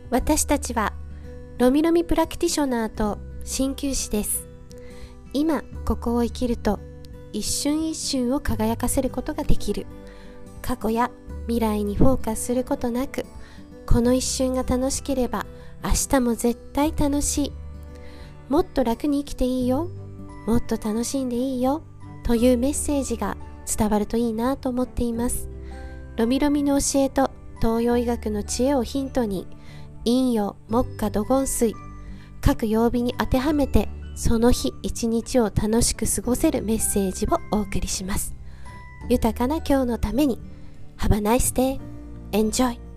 私たちはロミロミプラクティショナーと鍼灸師です。今ここを生きると一瞬一瞬を輝かせることができる。過去や未来にフォーカスすることなく、この一瞬が楽しければ明日も絶対楽しい。もっと楽に生きていいよ、もっと楽しんでいいよというメッセージが伝わるといいなと思っています。ロミロミの教えと東洋医学の知恵をヒントに、陰陽木火土金水各曜日に当てはめて、その日一日を楽しく過ごせるメッセージをお送りします。豊かな今日のために Have a nice day. Enjoy.